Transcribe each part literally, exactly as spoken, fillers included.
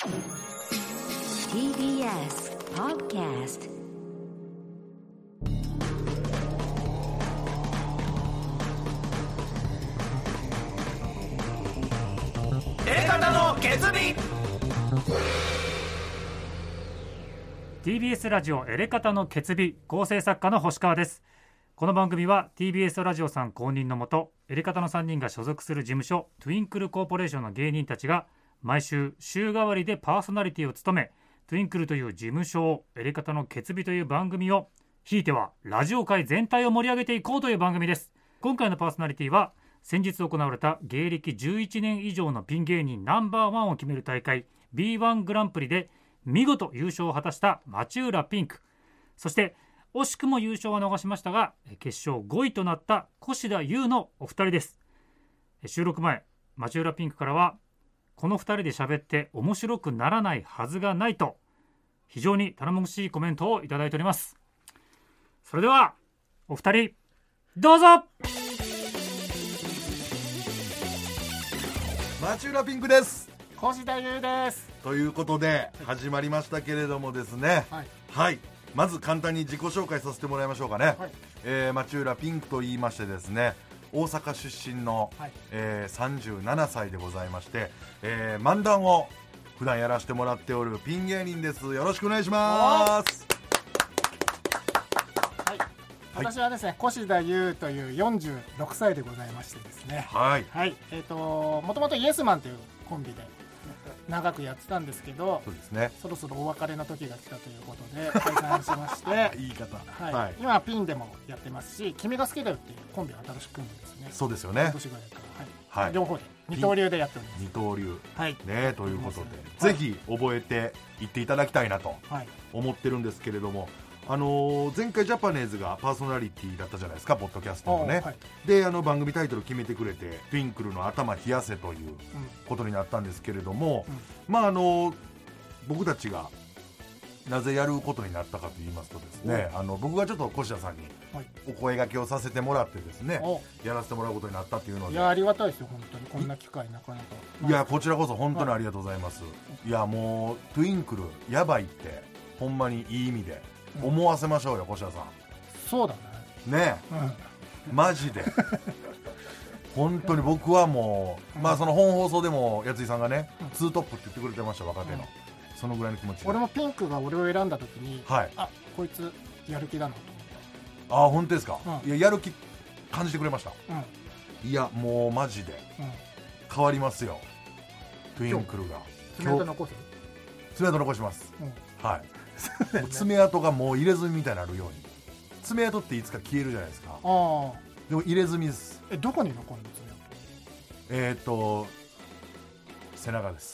ティービーエス Podcast。 エレカタの決意。 ティービーエス ラジオエレカタの決意、構成作家の星川です。この番組は ティービーエス ラジオさん公認のもと、エレカタのさんにんが所属する事務所トゥインクルコーポレーションの芸人たちが毎週週替わりでパーソナリティを務め、トゥインクルという事務所を、エレカタの決意という番組を、ひいてはラジオ界全体を盛り上げていこうという番組です。今回のパーソナリティは先日行われた芸歴じゅういちねん以上のピン芸人ナンバーワンを決める大会 ビーワン グランプリで見事優勝を果たした町浦ピンク、そして惜しくも優勝は逃しましたが決勝ごいとなった越田優のお二人です。収録前、町浦ピンクからはこのふたりで喋って面白くならないはずがないと非常に頼もしいコメントをいただいております。それではお二人どうぞ。 町浦ピンクです。 越田優です。 ということで始まりましたけれどもですね、はい、はい、まず簡単に自己紹介させてもらいましょうかね、はい、えー、町浦ピンクと言いましてですね、大阪出身の、はい、えー、さんじゅうななさいでございまして、えー、漫談を普段やらせてもらっておるピン芸人です。よろしくお願いします。 はい、私はですね、越田優というよんじゅうろくさいでございましてですね、はい、はい、えーともともとイエスマンというコンビで長くやってたんですけど、そうですね、そろそろお別れの時が来たということで解散しまして言い方、 はいはい、今はピンでもやってますし、君が好きだよっていうコンビを新しく組むんですね。 そうですよね、 今年ぐらいから、はいはい、両方で二刀流でやっております。 二刀流、 はい、 ね、ということで、はい、ぜひ覚えていっていただきたいなと思ってるんですけれども、あのー、前回ジャパネーズがパーソナリティだったじゃないですか、ポッドキャストのね、はい、であの番組タイトル決めてくれて、トゥインクルの頭冷やせということになったんですけれども、うん、まああのー、僕たちがなぜやることになったかと言いますとですね、あの僕がちょっと越田さんにお声掛けをさせてもらってですね、はい、やらせてもらうことになったっていうので、 いやありがたいですよ本当に、こんな機会なかなか。 いやこちらこそ本当にありがとうございます、はい、いやもうトゥインクルやばいってほんまにいい意味で思わせましょうよ、越田さん。 そうだね。 ねえ、うん、マジで本当に僕はもう、うん、まあその本放送でもやついさんがね、うん、ツートップって言ってくれてました、若手の、うん、そのぐらいの気持ちで。 俺もピンクが俺を選んだ時に、はい、あ、こいつやる気だなと思った。 ああ本当ですか、うん、いややる気感じてくれました、うん、いやもうマジで、うん、変わりますよトゥインクルが。 爪痕残す？ 爪痕残します、うん、はい、爪痕がもう入れ墨みたいになるように。爪痕っていつか消えるじゃないですか。ああ、でも入れ墨です。 え、どこに残るの爪痕？ えーっと背中です。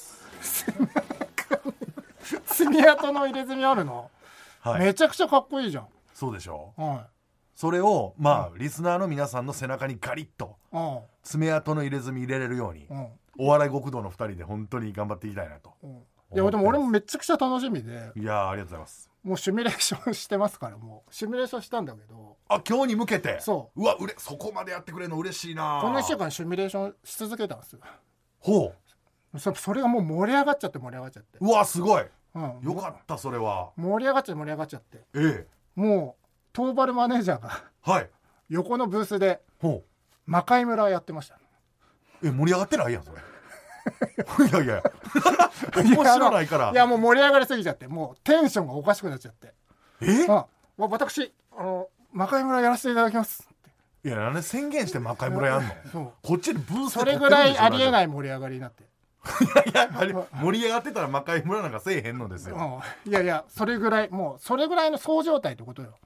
爪痕の入れ墨あるの、はい、めちゃくちゃかっこいいじゃん。 そうでしょ、はい、それをまあ、うん、リスナーの皆さんの背中にガリッと、うん、爪痕の入れ墨入れれるように、うん、お笑い極道のふたりで本当に頑張っていきたいなと、うん、 いやでも俺もめちゃくちゃ楽しみで。 いやありがとうございます。 もうシミュレーションしてますから。もうシミュレーションしたんだけど、 あ、今日に向けて。 そう、 うわ、うれそこまでやってくれるの嬉しいな。 このいっしゅうかんシミュレーションし続けたんですよ。 ほう そ, それがもう盛り上がっちゃって盛り上がっちゃって、 うわすごい、うん、よかった。それは盛り上がっちゃって盛り上がっちゃって、 ええ、もう東原マネージャーが、はい、横のブースでほう魔界村やってました。 え、盛り上がってないやんそれいやいや面白ないから。 いやもう盛り上がりすぎちゃって、もうテンションがおかしくなっちゃって、 え、 あ、私あの魔界村やらせていただきますって。 いや、なんで宣言して魔界村やんのそうこっちにブースでそれぐらいありえない盛り上がりになっていやいや盛り上がってたら魔界村なんかせえへんのですよ、 うん、いやいやそれぐらい、もうそれぐらいのそう状態ってことよ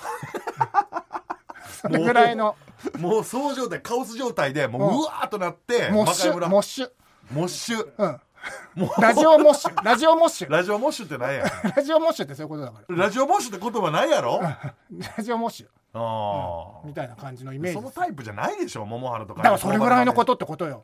それぐらいのもうそう状態、カオス状態でもううわーっとなって、 モッシュモッシュモッシュ、 うん、もうラジオモッシュラジオモッシュラジオモッシュって何やラジオモッシュってそういうことだから。 ラジオモッシュって言葉ないやろラジオモッシュ、 あ、 うん、みたいな感じのイメージ。 そのタイプじゃないでしょ、桃原とか。 だからそれぐらいのことってことよ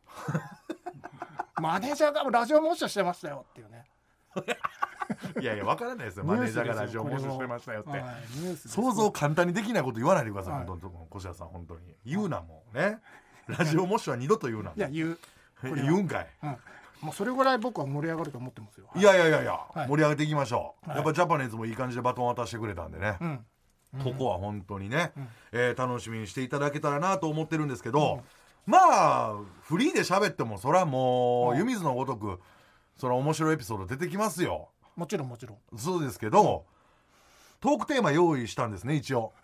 マネージャーがラジオモッシュしてましたよっていうねいやいや分からないですよ、マネージャーがラジオモッシュしてましたよって、はい、想像簡単にできないこと言わないでください、はい、本当に越田さん本当に言うな、もうねラジオモッシュは二度と言うな。 いや言う言うんかい、うん、 もうそれぐらい僕は盛り上がると思ってますよ。 いやいやいやいや、 はい、 盛り上げていきましょう、 はい、 やっぱジャパネーズもいい感じでバトン渡してくれたんでね、うんここは本当にね、うんえー、楽しみにしていただけたらなと思ってるんですけど、うん、まあフリーで喋ってもそれはもう湯水のごとくその面白いエピソード出てきますよ。 もちろんもちろんそうですけど、トークテーマ用意したんですね一応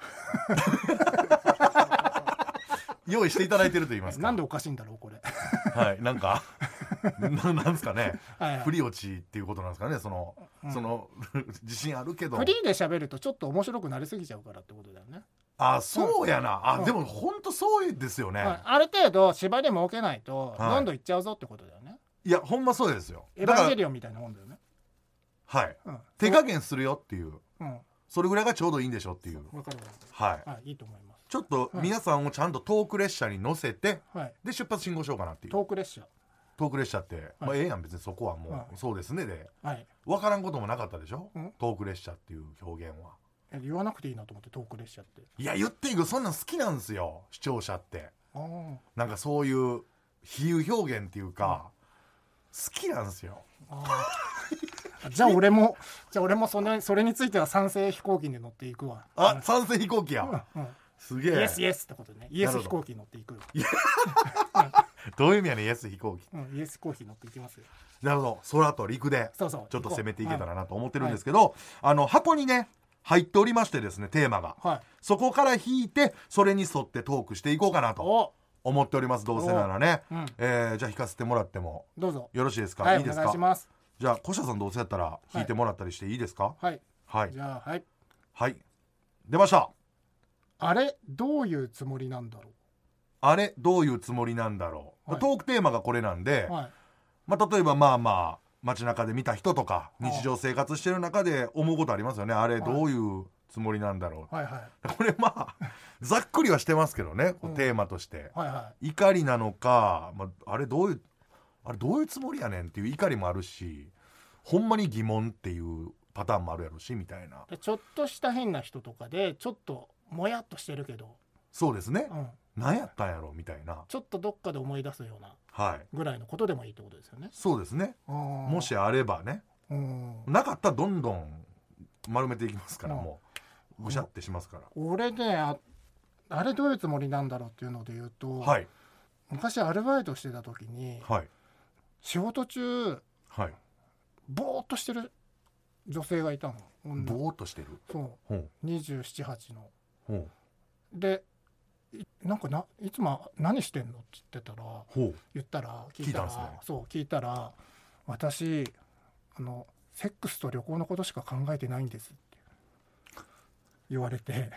用意していただいてると言いますか。 なんでおかしいんだろうこれはいなんかななんですかねはい、はい、振り落ちっていうことなんですかね。その、うん、その自信あるけどフリーで喋るとちょっと面白くなりすぎちゃうからってことだよね。 あそうやな、うん、あ、うん、でも本当そうですよね、 はい、ある程度縛り設けないと、はい、どんどんいっちゃうぞってことだよね。 いやほんまそうですよ。 エヴァンゲリオンみたいなもんだよね。 はい、うん、手加減するよっていう、うん、それぐらいがちょうどいいんでしょっていう。 わかるわかる、 はい、 はい、いいと思います。 ちょっと皆さんをちゃんとトーク列車に乗せて、はい、で出発進行しようかなっていう。 トーク列車トーク列車って、はい、まあええやん別にそこはもう、はい、そうですねで、はい、分からんこともなかったでしょ、うん、トーク列車っていう表現は。 言わなくていいなと思ってトーク列車って。 いや言っていいけどそんなん好きなんですよ視聴者って。あなんかそういう比喩表現っていうか、うん、好きなんですよ。 あじゃあ俺もじゃあ俺もそれ、それについては賛成飛行機に乗っていくわ。 あ賛成飛行機や、うんうん、すげえイエスイエスってことでね。イエス飛行機乗っていくよどういう意味やねんイエス飛行機、 うん、イエス飛行機乗っていきますよ。 なるほど空と陸でちょっと攻めていけたらなと思ってるんですけど、はい、あの箱にね入っておりましてですねテーマが、はい、そこから引いてそれに沿ってトークしていこうかなと思っております。どうせならね、うんえー、じゃあ引かせてもらってもどうぞよろしいですか。 はい、 いいですか。 お願いします。 じゃあ小下さんどうせやったら引いてもらったりしていいですか。 はい、 はい、 じゃあはいはい出ました。 あれどういうつもりなんだろう。 あれどういうつもりなんだろう、はい、トークテーマがこれなんで、はいまあ、例えばまあまあ街中で見た人とか日常生活してる中で思うことありますよね。あれどういうつもりなんだろう、はいはい、これまあざっくりはしてますけどね、うん、テーマとして、はいはい、怒りなのか、まあ、あれどういうあれどういうつもりやねんっていう怒りもあるしほんまに疑問っていうパターンもあるやろしみたいな。 ちょっとした変な人とかでちょっともやっとしてるけどそうですね、うん、何やったんやろみたいなちょっとどっかで思い出すようなぐらいのことでもいいってことですよね、はい、 そうですね。もしあればね、うんなかったらどんどん丸めていきますから、うん、もうぐしゃってしますから。 俺ね あ, あれどういうつもりなんだろうっていうので言うと、はい、昔アルバイトしてた時に、はい、仕事中、はい、ぼーっとしてる女性がいたの。 ぼーっとしてるそうにじゅうなな、はちのでなんかないつも何してんのって言ってたら言ったら聞いたら聞いたんですね。そう聞いたら私あのセックスと旅行のことしか考えてないんですって言われて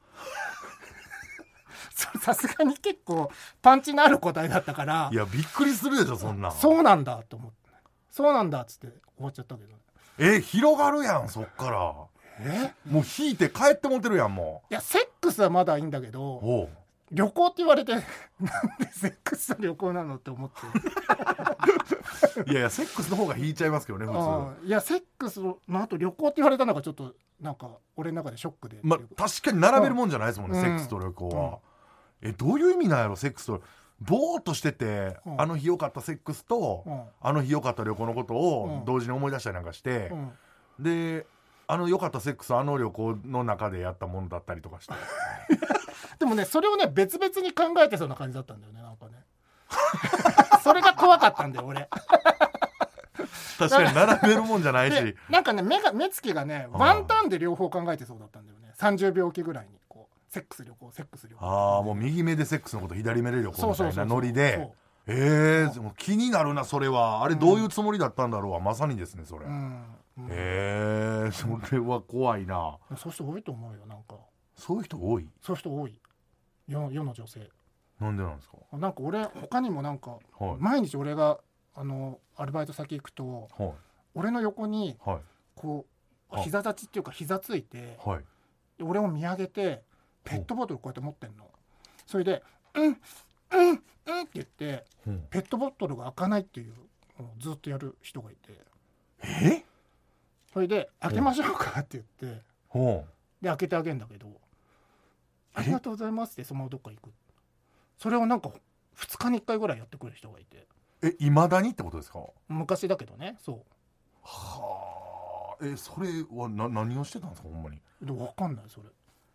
さすがに結構パンチのある答えだったからいやびっくりするでしょそんな。 そうなんだと思ってそうなんだっつって終わっちゃったけどね。 え広がるやんそっから。えもう引いて帰ってもってるやんもう。いやセックスはまだいいんだけど旅行って言われてなんでセックスと旅行なのって思っていやいやセックスの方が引いちゃいますけどね普通。いやセックスの後旅行って言われたのがちょっとなんか俺の中でショックで、 まあ、確かに並べるもんじゃないですもんね、うん、セックスと旅行は、うん、えどういう意味なんやろセックスとぼーっとしてて、うん、あの日良かったセックスと、うん、あの日良かった旅行のことを同時に思い出したりなんかして、うん、であの良かったセックスあの旅行の中でやったものだったりとかしてでもねそれをね別々に考えてそうな感じだったんだよねなんかねそれが怖かったんだよ俺確かに並べるもんじゃないしなんかね 目, が目つきがねワンターンで両方考えてそうだったんだよね。さんじゅうびょうおきぐらいにこうセックス旅行セックス旅行ああもう右目でセックスのこと左目で旅行みたいなノリでえー、気になるなそれは。あれどういうつもりだったんだろうは、うん、まさにですねそれ、うんうん、へえそれは怖いな。 そういう人多いと思うよ。なんかそういう人多いそういう人多い 世, 世の女性。 なんでなんですか。 なんか俺他にもなんか、はい、毎日俺があのアルバイト先行くと、はい、俺の横に、はい、こう膝立ちっていうか膝ついて、はい、俺を見上げてペットボトルこうやって持ってんの。それでうんうんうんって言って、うん、ペットボトルが開かないっていうのをずっとやる人がいてえそれで開けましょうかって言って、うん、で開けてあげるんだけどありがとうございますってそのままどっか行く。それをなんかふつかにいっかいぐらいやってくる人がいてえ未だにってことですか？ 昔だけどね。そうはあ。えそれはな何をしてたんですかほんまに。 でも分かんないそれ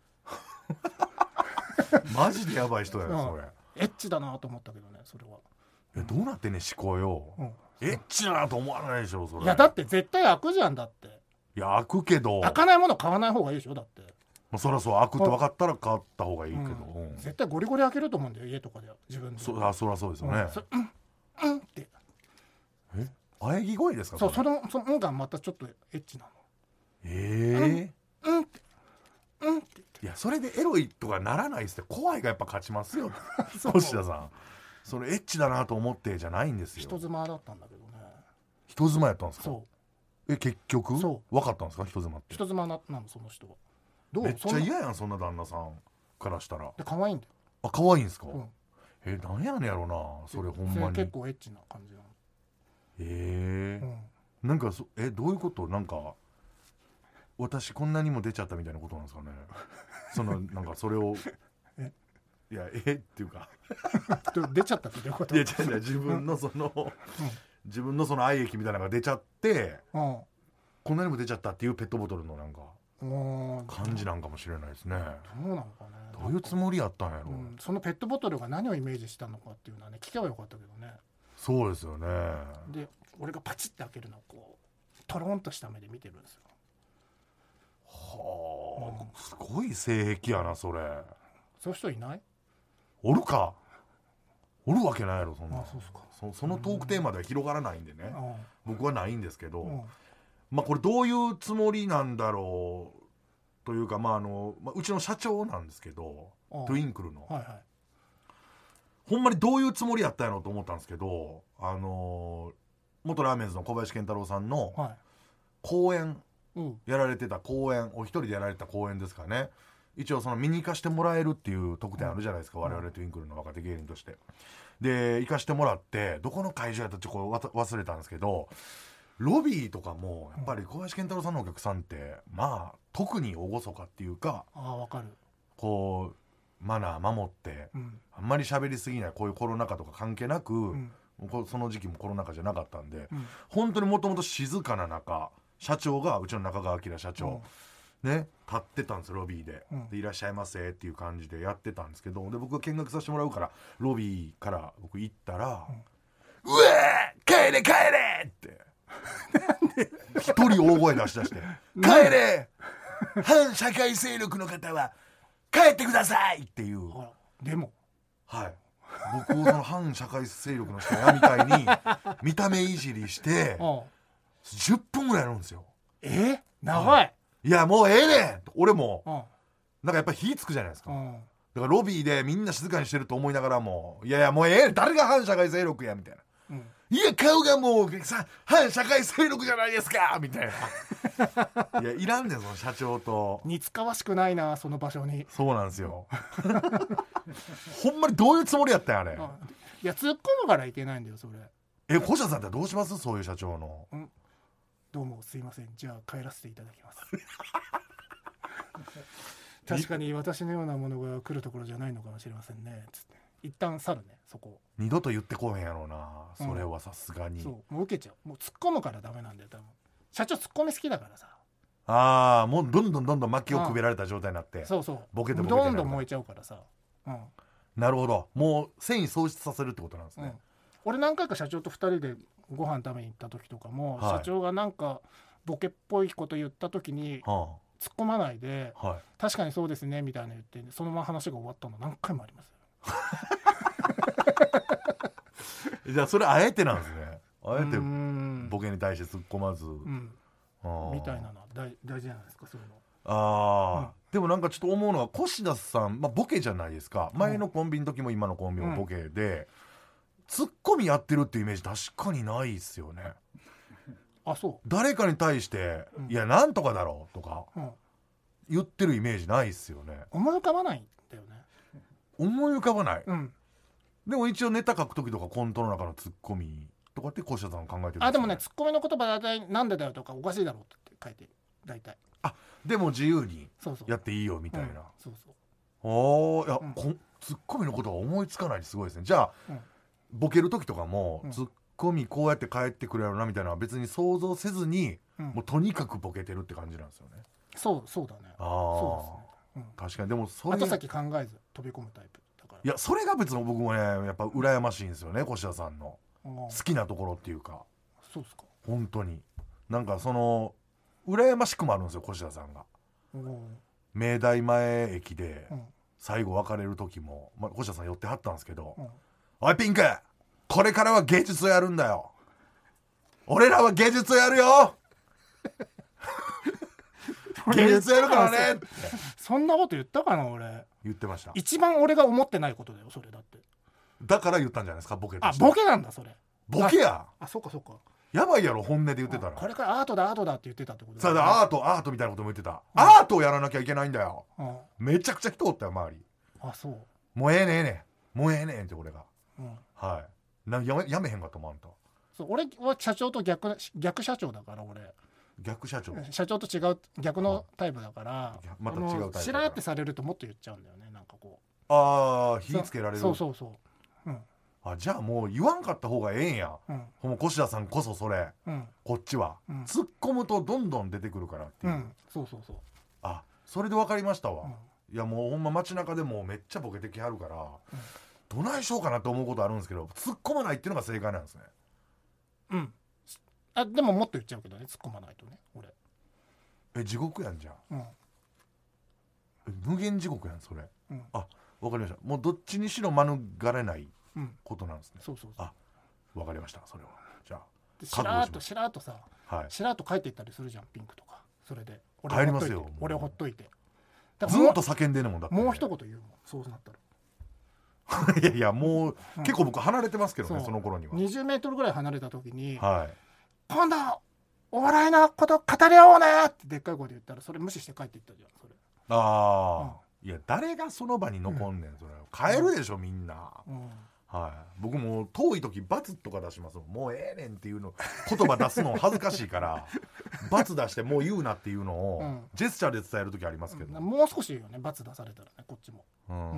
マジでやばい人だよ、うん、それエッチだなと思ったけどねそれは。 えどうなってんねん思考よ、うん、エッチだなと思わないでしょそれ。 いやだって絶対開くじゃん。だっていや開くけど開かないもの買わない方がいいでしょ。だってまあ、そりゃそう開くって分かったら買った方がいいけど、 うんうん、 絶対ゴリゴリ開けると思うんだよ家とかで自分で。 そあそりゃそうですよね、 うんそうんうんってえ喘ぎ声ですか？ そうそのそのうんがまたちょっとエッチなの。 ええー、 うんうんってうんっていやそれでエロいとかならないですって。怖いがやっぱ勝ちますよ越田さん。それエッチだなと思ってじゃないんですよ。 人妻だったんだけどね。 人妻やったんですか？ そうえ結局そう分かったんですか人妻って。 人妻ななのその人は。どうめっちゃ嫌やんそんな旦那さんからしたら。 で可愛いんだよ。 あ可愛いんですか、うん、えなんやねんやろなそれほんまに。それ結構エッチな感じなの。 えーうん、なんかそえどういうこと？なんか私こんなにも出ちゃったみたいなことなんですかねそのなんかそれをえいやえっていうか出ちゃったってどういうこと？ いや違う違う自分のその、うん、自分のその愛液みたいなのが出ちゃって、うん、こんなにも出ちゃったっていうペットボトルのなんか感じなんかもしれないですね。 どうなのかね。 どういうつもりやったんやろ、うん、 そのペットボトルが何をイメージしたのかっていうのはね聞けばよかったけどね。 そうですよね。 で俺がパチッて開けるのをこうトロンとした目で見てるんですよ。 はあ、うん、すごい性癖やなそれ。 そういう人いない？ おるかおるわけないやろそんな。 あそうっすか。 そ, そのトークテーマでは広がらないんでね、うん、僕はないんですけど、うん、まあこれどういうつもりなんだろうというか、まああのまあ、うちの社長なんですけどトゥインクルの、はいはい、ほんまにどういうつもりやったんやろうと思ったんですけど、あの元ラーメンズの小林健太郎さんの公演、はい、やられてた公演お一人でやられてた公演ですかね。一応その見に行かしてもらえるっていう特典あるじゃないですか、うん、我々トゥインクルの若手芸人として。で行かしてもらってどこの会場やったらちょっと忘れたんですけど、ロビーとかもやっぱり小林健太郎さんのお客さんってまあ特に厳かっていうか、 あ分かるこうマナー守って、うん、あんまり喋りすぎない、こういうコロナ禍とか関係なく、うん、その時期もコロナ禍じゃなかったんで、うん、本当にもともと静かな中、社長がうちの中川明社長、うんね、立ってたんですよロビーで、うん、でいらっしゃいませっていう感じでやってたんですけど、で僕が見学させてもらうからロビーから僕行ったら、うん、うわー帰れ帰れって一人大声出し出して帰れ反社会勢力の方は帰ってくださいっていう。 でもはい僕をその反社会勢力の人やみたいに見た目いじりしてじゅっぷんぐらいやるんですよ。 え長い。 いやもうええねん俺もなんかやっぱり火つくじゃないですか。だからロビーでみんな静かにしてると思いながらもいやいやもうええ誰が反社会勢力やみたいな、うん、いや顔がもうさ反社会勢力じゃないですかみたいないやいらんねんその社長と似つかわしくないなその場所に。 そうなんですよほんまにどういうつもりやったんやあれ。 あいや突っ込むからいけないんだよそれ。 え小社さんってどうしますそういう社長の、うん、 どうもすいませんじゃあ帰らせていただきます確かに私のようなものが来るところじゃないのかもしれませんねつって一旦去るねそこ。 二度と言ってこうへんやろうなそれはさすがに。 そうもう受けちゃう。もう突っ込むからダメなんだよ多分。社長突っ込み好きだからさ。 ああもうどんどんどんどん薪をくべられた状態になって、 そうそうボケてボケてどんどん燃えちゃうからさ、うん、 なるほどもう繊維喪失させるってことなんですね、うん、 俺何回か社長とふたりでご飯食べに行った時とかも、はい、社長がなんかボケっぽいこと言った時に、はあ、突っ込まないで、はい、確かにそうですねみたいな言って、そのまま話が終わったの何回もありますじゃあそれあえてなんですね。あえてボケに対して突っ込まず、うんみたいなのは 大, 大事じゃないですかそういうの。 あ、うん、でもなんかちょっと思うのは越田さん、まあ、ボケじゃないですか。前のコンビの時も今のコンビもボケで、うん、ツッコミやってるっていうイメージ確かにないっすよね。 あそう誰かに対して、うん、いやなんとかだろうとか、うん、言ってるイメージないっすよね。 思い浮かばないんだよね。 思い浮かばない、 うん、 でも一応ネタ書く時とかコントの中のツッコミとかって越田さん考えてるんですか、ね、 あでもねツッコミの言葉大体なんでだよとかおかしいだろうって書いて大体。 あでも自由にやっていいよみたいな。 そうそうおいや、うん、ツッコミのことは思いつかないですごいですね。じゃあ、うん、ボケる時とかも、うん、ツッコミこうやって帰ってくるやろなみたいなのは別に想像せずに、うん、もうとにかくボケてるって感じなんですよね。 そうそうだね。 ああ、 そうですね、うん、 確かに。でもそれ後先考えず飛び込むタイプだから。 いやそれが別の僕もねやっぱ羨ましいんですよね、越田さんの好きなところっていうか。 そうですか。 本当になんかその羨ましくもあるんですよ、越田さんが。明大前駅で最後別れる時も、まあ、越田さん寄ってはったんですけど、うん、おいピンクこれからは芸術をやるんだよ、俺らは芸術をやるよ芸術やるからねってそんなこと言ったかな。俺言ってました。 一番俺が思ってないことだよそれ。だってだから言ったんじゃないですか、ボケとして。あボケなんだそれ。 ボケや。 あそうかそうか。 やばいやろ本音で言ってたら。 これからアートだアートだって言ってたってことだ、 ね、さあアートアートみたいなことも言ってた、うん、アートをやらなきゃいけないんだよ、うん、めちゃくちゃ人おったよ周り。 あそう。 もうええねんええねんもうええねんって俺が、うん、はいな や, めやめへんかと思うあんた。 そう俺は社長と逆逆社長だから。俺逆社長社長と違う逆のタイプだから、 また違うタイプだからしらーってされるともっと言っちゃうんだよね。なんかこうああ火つけられる。 そうそうそう、うん、 あじゃあもう言わんかった方がええんや、うん、ほんま越田さんこそそれ、うん、こっちは、うん、突っ込むとどんどん出てくるからっていう、うん、 そうそうそう。 あそれで分かりましたわ、うん、いやもうほんま街中でもめっちゃボケてきはるから、うん、どないしようかなと思うことあるんですけど突っ込まないっていうのが正解なんですね。 うんあでももっと言っちゃうけどね、突っ込まないとね俺。 え地獄やんじゃん、うん、え無限地獄やんそれ、うん、あ分かりました。もうどっちにしろ免れないことなんですね、 うん、そうそうそう。 あ分かりました。それはじゃあしらーっとしらーっとさ、はい、しらーっと帰っていったりするじゃんピンクとか。それで俺帰りますよ。俺ほっといてだからずっと叫んでんねんもんだって、ね、 もう一言言うもんそうなったらいやいやもう、うん、結構僕離れてますけどね そ, その頃にはにじゅうメートルぐらい離れた時に、はい、今度お笑いのこと語り合おうねってでっかい声で言ったらそれ無視して帰っていったじゃんそれ。 ああ、うん、いや誰がその場に残んねん、うん、それ帰るでしょみんな、うんはい、僕も遠い時罰とか出しますもん。もうええねんっていうの言葉出すの恥ずかしいから罰出してもう言うなっていうのをジェスチャーで伝える時ありますけど、 うん、もう少しいいよね罰出されたらねこっちも、うんうん、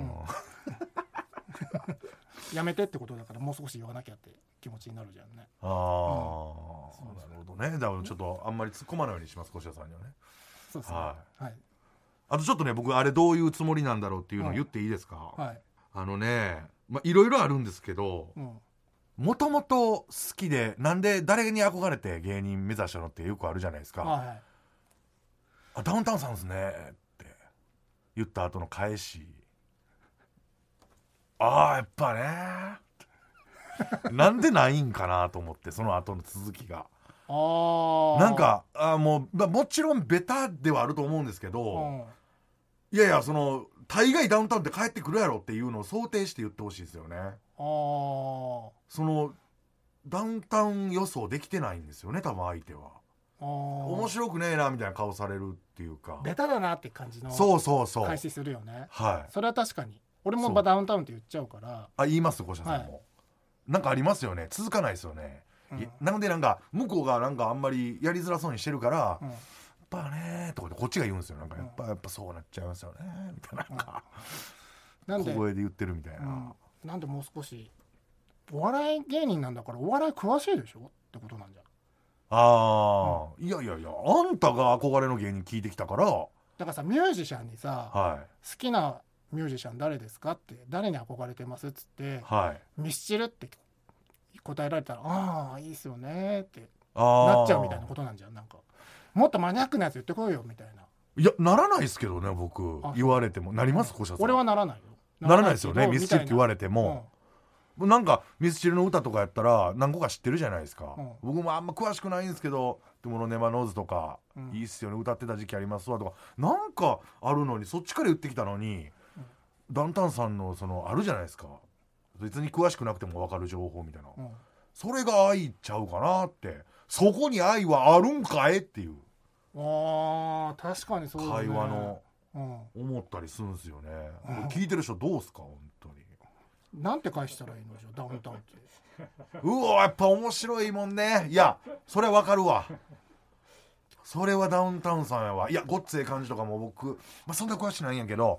やめてってことだからもう少し言わなきゃって気持ちになるじゃんね。 ああ、うん、なるほどね。だからちょっとあんまり突っ込まないようにします越田さんにはね。 そうですね、はいはい、 あとちょっとね僕あれどういうつもりなんだろうっていうのを言っていいですか、はい、あのねまあいろいろあるんですけどもともと好きでなんで誰に憧れて芸人目指したのってよくあるじゃないですか、はい、あダウンタウンさんですねって言った後の返しああやっぱねなんでないんかなと思ってその後の続きがあなんかあもう、まあ、もちろんベタではあると思うんですけどいやいやその大概ダウンタウンって帰ってくるやろっていうのを想定して言ってほしいですよね。あそのダウンタウン予想できてないんですよね多分相手は。あ面白くねえなみたいな顔されるっていうかベタだなって感じのそうそうそう開始するよね。 はいそれは確かに俺もダウンタウンって言っちゃうからあ言います越田さんも、はい、なんかありますよね続かないですよね、うん、なのでなんか向こうがなんかあんまりやりづらそうにしてるから、うんやっぱねとかこっちが言うんですよなんかやっぱ、うん、やっぱそうなっちゃいますよねみたいななんか、うん、なんで小声で言ってるみたいな、うん、 なんでもう少しお笑い芸人なんだからお笑い詳しいでしょってことなんじゃん。 ああ、うん、いやいやいやあんたが憧れの芸人聞いてきたからだからさミュージシャンにさ、はい、好きなミュージシャン誰ですかって誰に憧れてますっつって、はい、ミスチルって答えられたらああいいっすよねってなっちゃうみたいなことなんじゃん。なんかもっとマニアックなやつ言ってこいよみたいな。 いやならないですけどね僕言われてもなります越田さん。 俺はならないよ。 ならないですよねミスチルって言われても、うん、なんかミスチルの歌とかやったら何個か知ってるじゃないですか、うん、僕もあんま詳しくないんですけどでもネマノーズとか、うん、いいっすよね歌ってた時期ありますわとかなんかあるのにそっちから言ってきたのに、うん、ダウンタウンさんのそのあるじゃないですか別に詳しくなくても分かる情報みたいな、うん、それが愛ちゃうかなってそこに愛はあるんかいっていうあ確かにそうだね会話の、うん、思ったりするんですよね、うん、聞いてる人どうすか本当になんて返したらいいのじゃダウンタウンってうわやっぱ面白いもんねいやそれわかるわそれはダウンタウンさんやわいやごっつええ感じとかも僕、まあ、そんな詳しくないんやけど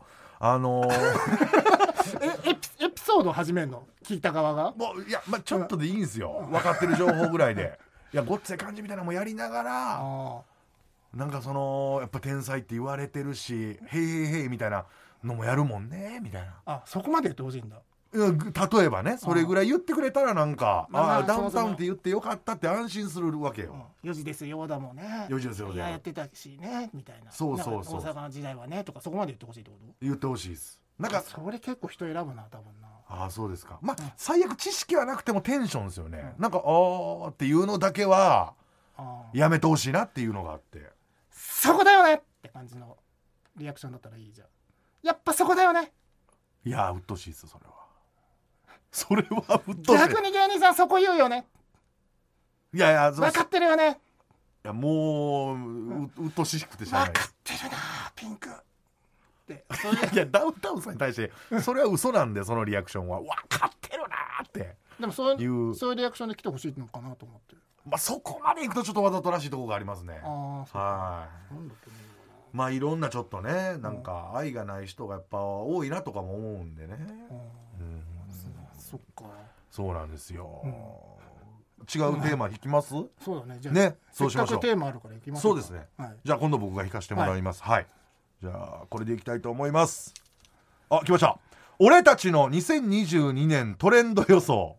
あのー、 えエピ、エピソードを始めるの聞いた側がもういや、まあ、ちょっとでいいんですよ、分かってる情報ぐらいでいやごっつい感じみたいなのもやりながらなんかそのやっぱ天才って言われてるしへいへいへいみたいなのもやるもんねみたいな。 あ、そこまで言ってほしいんだ。 例えばねそれぐらい言ってくれたらなんか、 まあまあ、 あダウンタウンって言ってよかったって安心するわけよ、 うん、よじですよだもんね、 よじですよだやってたしねみたいな。 そうそうそう、 大阪の時代はねとかそこまで言ってほしいってこと。 言ってほしいです。なんかそれ結構人選ぶな多分な。 ああそうですか。まあ、うん、最悪知識はなくてもテンションですよね、うん、なんかあーっていうのだけはやめてほしいなっていうのがあって、 そこだよねって感じのリアクションだったらいいじゃん。やっぱそこだよね。 いやーうっとうしいですそれは。それはうっとうしい。 逆に芸人さんそこ言うよね。いやいや分かってるよね。 いやもう う, うっとうしくてしゃあない。 分かってるなピンクっていやダウンタウンさんに対してそれは嘘なんでそのリアクションは分かってるなって。 でもそういうそういうリアクションで来てほしいのかなと思ってる。 まあそこまでいくとちょっとわざとらしいところがありますね。あはい。なんだと思うかな。まあいろんなちょっとねなんか愛がない人がやっぱ多いなとかも思うんでね。うん、 そっか。 そうなんですよ。うん、違うテーマ引きます？ そうだね。じゃあね、そうしましょう。 せっかくテーマあるから引きましょうか。 そうですね。はい、じゃあ今度僕が引かせてもらいます。はい。はい、じゃあこれでいきたいと思います。あ、来ました。俺たちのにせんにじゅうにねんトレンド予想。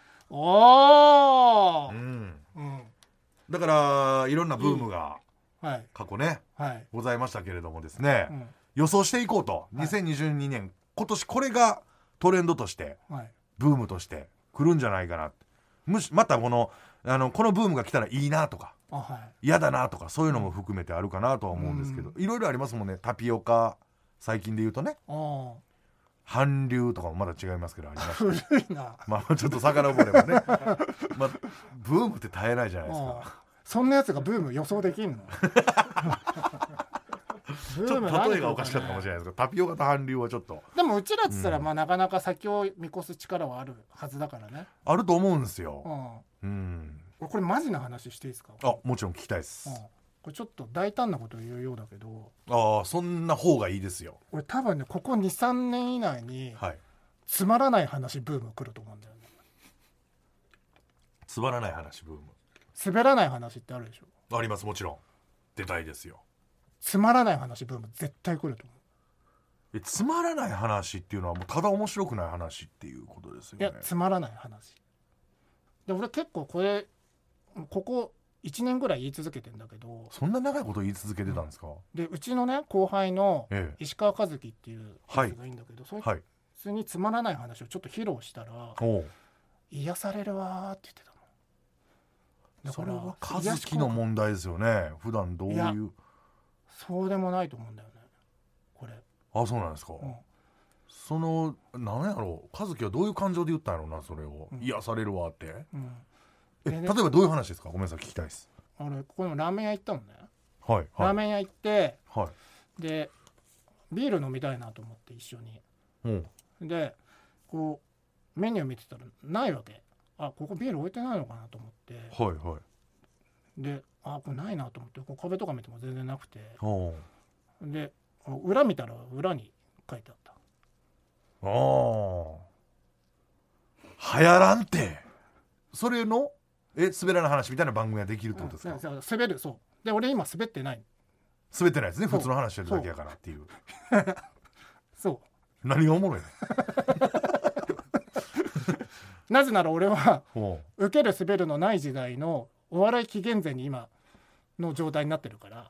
おー。 うん。うん。だからいろんなブームが過去ね、 はい、 ございましたけれどもですね、うん、予想していこうと。にせんにじゅうにねん、今年これがトレンドとして、はい、ブームとして来るんじゃないかな。むしまたこのあのこのブームが来たらいいなとか嫌、はい、だなとかそういうのも含めてあるかなとは思うんですけど、いろいろありますもんね。タピオカ最近で言うとね、韓流とかもまだ違いますけどあります古いな。 まあちょっと遡ればねまあブームって絶えないじゃないですか。 そんなやつがブーム予想できんのちょっと例えがおかしかったかもしれないですけど、タピオカと韓流はちょっと。 でもうちらっつったら、うん、まあなかなか先を見越す力はあるはずだからね。 あると思うんですよ。 うん、うん、これマジな話していいですか？ あ、もちろん聞きたいです。うん、 これちょっと大胆なことを言うようだけど。 ああ、そんな方がいいですよ。 俺多分ねここ にさんねん以内に、はい、つまらない話ブーム来ると思うんだよね。 つまらない話ブーム。 滑らない話ってあるでしょ。 あります。もちろん出たいですよ。 つまらない話ブーム絶対来ると思う。 えつまらない話っていうのはもうただ面白くない話っていうことですよね。 いやつまらない話で、俺結構これここいちねんぐらい言い続けてんだけど。 そんな長いこと言い続けてたんですか？ でうちのね後輩の石川和樹っていうやつがいいんだけど、はい、そいつにつまらない話をちょっと披露したら、はい、癒されるわって言ってたの。だからそれは和樹の問題ですよね。普段どういう。 そうでもないと思うんだよねこれ。 あ、そうなんですか。うん、そのなんやろう、和樹はどういう感情で言ったんやろうなそれを、うん、癒されるわって、うん、え例えばどういう話ですか？ごめんなさい聞きたいです。 あれここのラーメン屋行ったのね、 はいはい、 ラーメン屋行って、 はい、 でビール飲みたいなと思って一緒に、うん、でこうメニュー見てたらないわけ。あ、ここビール置いてないのかなと思って、 はいはい、 であこれないなと思ってこう壁とか見ても全然なくて、で裏見たら裏に書いてあった。 ああ流行らんて。それのえ滑らない話みたいな番組ができるってことですか？ うん、滑る。そうで俺今滑ってない。 滑ってないですね。普通の話してるだけやからっていうそう何がおもろいのなぜなら俺は受ける滑るのない時代のお笑い紀元前に今の状態になってるから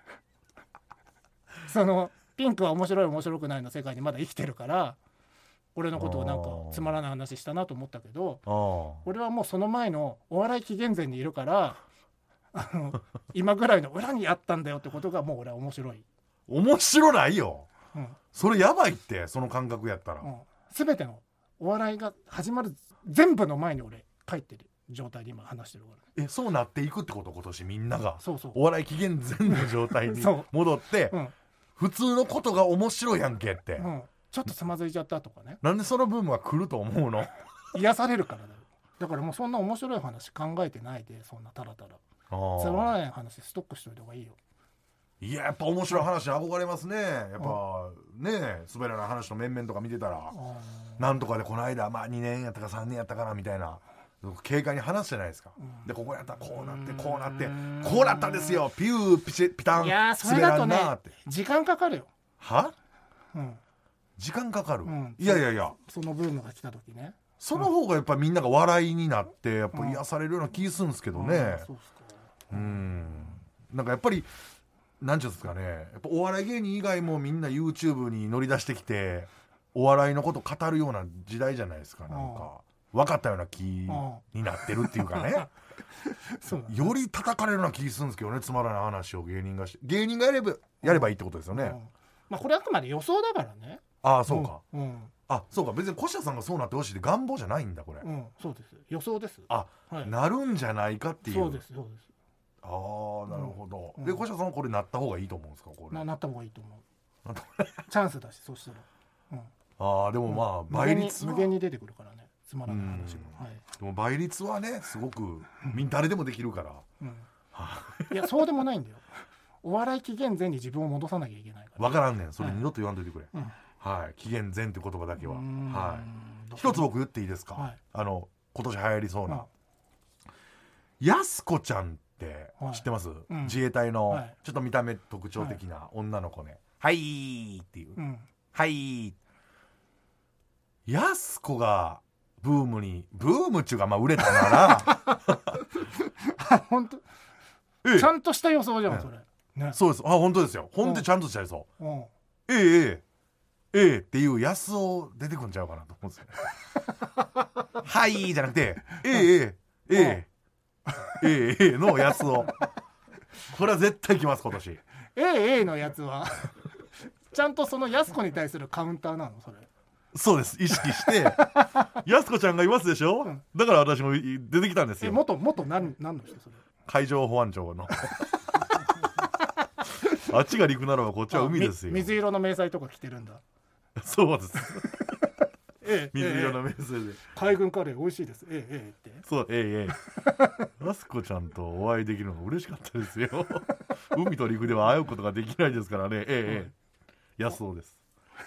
そのピンクは面白い面白くないの世界にまだ生きてるから俺のことをなんかつまらない話したなと思ったけど、俺はもうその前のお笑い紀元前にいるからあの今ぐらいの裏にあったんだよってことがもう俺は面白い。 面白ないよ、 うん、 それやばいってその感覚やったら、うん、 全てのお笑いが始まる全部の前に俺帰ってる状態で今話してるから。 えそうなっていくってこと？今年みんながそうそうお笑い紀元前の状態に戻って、うん、普通のことが面白いやんけって、うん、 ちょっとつまずいちゃったとかね。 なんでそのブームが来ると思うの？ 癒されるからだよ。だからもうそんな面白い話考えてないでそんなタラタラつまらない話ストックしといた方がいいよ。 いややっぱ面白い話に憧れますね。やっぱね滑らない話の面々とか見てたらなんとかでこの間まあにねんやったかさんねんやったかなみたいな軽快に話すじゃないですか、うん、でここやったらこうなってこうなってこうなったんですよピューピチピタン。 いやそれだとね時間かかるよ。 は、 うん、 時間かかる、 うん、 いやいやいやそのブームが来た時ねその方がやっぱみんなが笑いになってやっぱ癒されるような気するんですけどね、うん、そうっすか。うんなんかやっぱりなんていうんですかねやっぱお笑い芸人以外もみんな YouTube に乗り出してきてお笑いのこと語るような時代じゃないですか。なんか分かったような気になってるっていうかねそうより叩かれるような気するんですけどね。つまらない話を芸人がして芸人がやればやればいいってことですよね、うんうんまあ、これあくまで予想だからね。 ああそうか、 うんうん、あそうか別に小下さんがそうなってほしいって願望じゃないんだこれ、 うん、そうです予想です。 あ、はい、なるんじゃないかっていう。 そうですそうです。 ああなるほど、うん、で小下さんはこれなった方がいいと思うんですか。これな, なった方がいいと思うチャンスだしそうしたら、うん、 ああでもまあ倍率は無限に出てくるからねつまらない話が、はい、 でも倍率はねすごくみんな誰でもできるから、 うんいやそうでもないんだよ。お笑い紀元前に自分を戻さなきゃいけないから分からんねんそれ二度と言わんといてくれ、はいはい、紀元前って言葉だけは、はい、一つ僕言っていいですか、はい、あの今年流行りそうな、うん、やすこちゃんって知ってます、はいうん、自衛隊のちょっと見た目特徴的な女の子ね、はい、はいっていう、うん、はいやすこがブームにブームっちゅうかまあ売れたなら本当、ええ、ちゃんとした予想じゃん、ね、それ、ね、 そうですあ本当ですよ本当にちゃんとした予想、うん、ええええええっていうやすお出てくんちゃうかなと思うんですよねはいじゃなくてええええええええええのやすおこれは絶対来ます今年。 ええええのやつはちゃんとそのやすこに対するカウンターなのそれ。 そうです意識してやすこちゃんがいますでしょ、うん、だから私も出てきたんですよ。 え元元何何の人それ。 海上保安庁のあっちが陸ならばこっちは海ですよ。 水色の迷彩とか着てるんだそうですええ、 水色の迷彩で、ええ、 海軍カレー美味しいですええええってそうええええやすこちゃんとお会いできるのが嬉しかったですよ海と陸では会うことができないですからねええええやすおです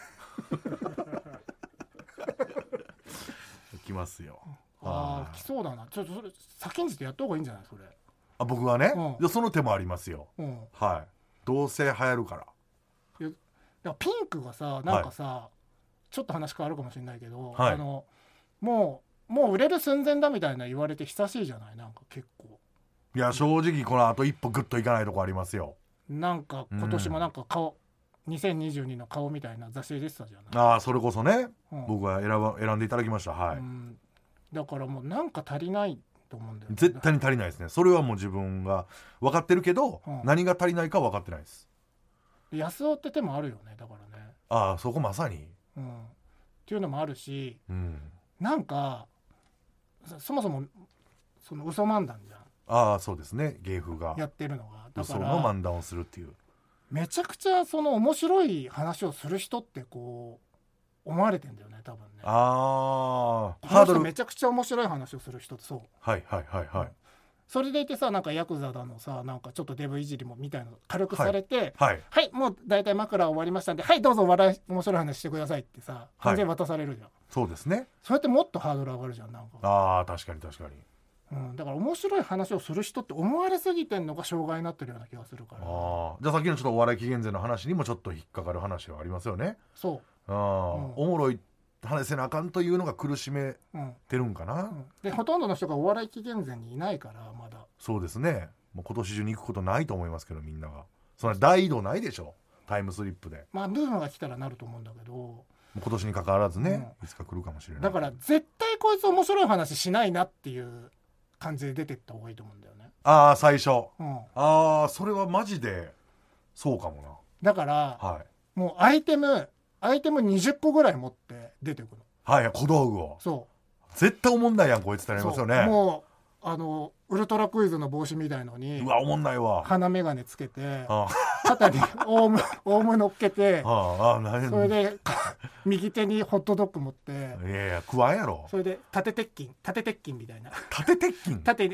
来ますよ。 ああ来そうだな。ちょっとそれ先んじてやった方がいいんじゃないそれ。 あ僕はね、 うん、 その手もありますよ、うん、はいどうせ流行るから。 いやいやピンクがさなんかさ、はい、ちょっと話変わるかもしれないけど、はい、あのもうもう売れる寸前だみたいな言われて久しいじゃないなんか結構。 いや正直このあと一歩グッといかないとこありますよ。 なんか今年もなんか顔、うん、にせんにじゅうにの顔みたいな雑誌出てたじゃない。 ああそれこそね、うん、僕は選ば選んでいただきましたはい、うん、 だからもうなんか足りないと思うんだよね。 絶対に足りないですね。それはもう自分が分かってるけど、うん、何が足りないか分かってないです。 安尾って手もあるよねだからね。 ああそこまさに、 うん、っていうのもあるし、うん、なんかそもそもその嘘漫談じゃん。 ああそうですね芸風がやってるのがだから嘘の漫談をするっていうめちゃくちゃその面白い話をする人ってこう思われてんだよね多分ね。 ああハードルめちゃくちゃ面白い話をする人ってそうはいはいはいはい、うん、 それでいてさなんかヤクザだのさなんかちょっとデブいじりもみたいなの軽くされて、はい、はいはい、もう大体枕終わりましたんではいどうぞ笑い面白い話してくださいってさ完全に渡されるじゃん、はい、 そうですね。 そうやってもっとハードル上がるじゃんなんか。 ああ確かに確かに、 うん、だから面白い話をする人って思われすぎてんのが障害になってるような気がするから。 あじゃあさっきのちょっとお笑い紀元前の話にもちょっと引っかかる話はありますよね。 そうあ、 うん、おもろい話せなあかんというのが苦しめてるんかな、うんうん、 でほとんどの人がお笑い紀元前にいないからまだ。 そうですねもう今年中に行くことないと思いますけどみんながそんな大移動ないでしょタイムスリップで。 まあブームが来たらなると思うんだけどもう今年に関わらずね、うん、いつか来るかもしれない。 だから絶対こいつ面白い話しないなっていう感じで出てった方がいいと思うんだよね。 ああ最初、うん、ああそれはマジでそうかもな。 だから、はい、もうアイテムアイテムにじゅっこぐらい持って出てくる。 はい小道具を。 そう絶対おもんないやんこいつってなりますよね。 もうあのウルトラクイズの帽子みたいのにうわおもんないわ鼻眼鏡つけて肩にオウムオウム乗っけてああ何それで右手にホットドッグ持っていやいや食わんやろ。 それで縦鉄筋縦鉄筋みたいな縦鉄筋縦に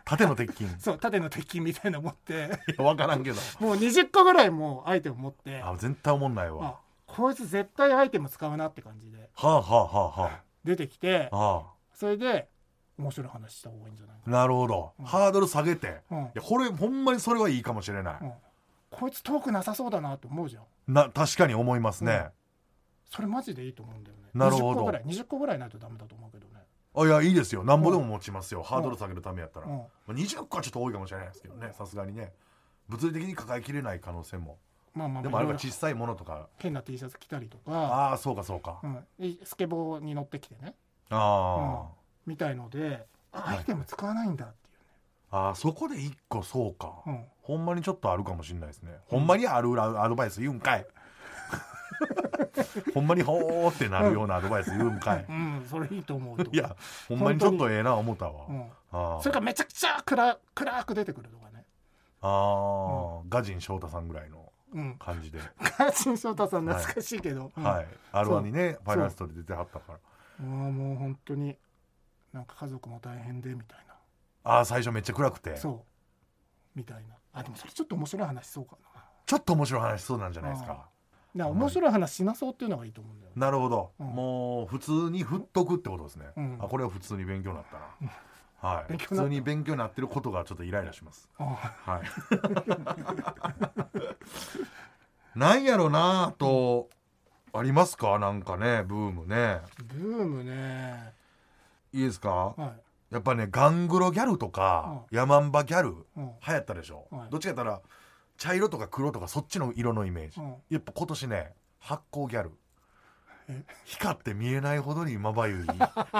縦の鉄筋そう縦の鉄筋みたいなの持っていや分からんけどもうにじゅっこぐらいもうアイテム持って、 あ絶対おもんないわ、 あこいつ絶対アイテム使うなって感じではあはあはあはあ出てきて、 あそれで面白い話した方がいいんじゃないかな。なるほど、うん、ハードル下げて、うん、いやこれほんまにそれはいいかもしれない、うん、 こいつトークなさそうだなって思うじゃん。 な確かに思いますね、うん、 それマジでいいと思うんだよね。 なるほど。 にじゅっこぐらいにじゅっこぐらいないとダメだと思うけどね。 あいやいいですよ、なんぼでも持ちますよ、うん、ハードル下げるためやったら、うんまあ、にじゅっこはちょっと多いかもしれないですけどね、さすがにね物理的に抱えきれない可能性も、まあまあ、でもあれば小さいものとか変な T シャツ着たりとか、 ああそうかそうか、 うん、スケボーに乗ってきてね、 あ、 うん、みたいのでアイテム使わないんだっていうね、 ああそこでいっこそうか、うん、ほんまにちょっとあるかもしれないですね、うん、ほんまにあるアドバイス言うんかいほんまにほーってなるようなアドバイス言うんかい、 うん、それいいと思うといやほんまにちょっとええな思ったわ、 うん、あそれからめちゃくちゃ暗暗く出てくるとかね、 ああ、うん、ガジン翔太さんぐらいの感じで、うん、 ガジン翔太さん懐かしいけど、 はい、うん、はい、アールワン にねファイナリストで出てはったから、 あもう本当になんか家族も大変でみたいな、 ああ最初めっちゃ暗くてそうみたいな、あでもそれちょっと面白い話そうかな、 ちょっと面白い話そうなんじゃないですか、 な面白い話しなそうっていうのがいいと思うんだよ、ね、 なるほど、うん、もう普通に振っとくってことですね、うん、あこれは普通に勉強になったな、うん、はい、普通に勉強になってることがちょっとイライラします、はいなんやろなとありますか、なんかねブームねブームねいいですか、 はい、 やっぱねガングロギャルとか、うん、ヤマンバギャル、うん、流行ったでしょ、はい、どっちかやったら茶色とか黒とかそっちの色のイメージ、うん、やっぱ今年ね発光ギャル光って見えないほどにまばゆい、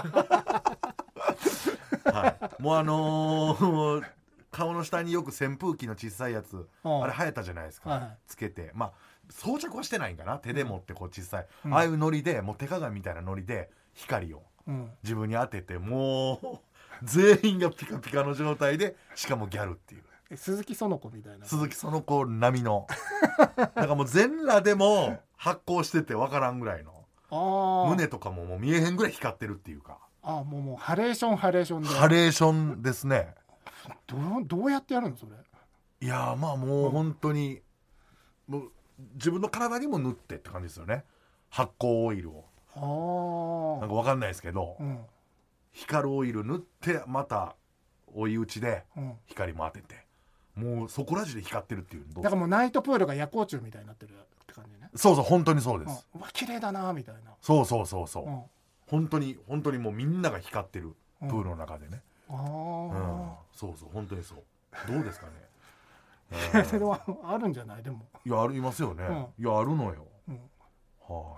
はい、もうあのー、顔の下によく扇風機の小さいやつ、うん、あれ流行ったじゃないですか、はい、つけてまあ装着はしてないんかな、手で持ってこう小さい、うん、ああいうノリでもう手鏡みたいなノリで光を自分に当てて、もう全員がピカピカの状態でしかもギャルっていう鈴木園子みたいな、 鈴木園子並みのだからもう全裸でも発光してて分からんぐらいの、あ胸とかももう見えへんぐらい光ってるっていうか、 あもうもうハレーションハレーションでハレーションですね。 どう、どうやってやるのそれ。 いやまあもう本当に、うん、もう自分の体にも塗ってって感じですよね、発光オイルを。あなんか分かんないですけど、うん、光るオイル塗ってまた追い打ちで光も当てて、うん、もうそこら中で光ってるっていう、 だからもうナイトプールが夜光虫みたいになってるって感じね。 そうそう本当にそうです、 うん、うわ綺麗だなみたいな。 そうそうそうそう、うん、本当に本当にもうみんなが光ってるプールの中でね、うん、ああ、うん、そうそう本当にそう。どうですかねいやそれはあるんじゃない。でもいやありますよね、うん、いやあるのよ、うん、 はい、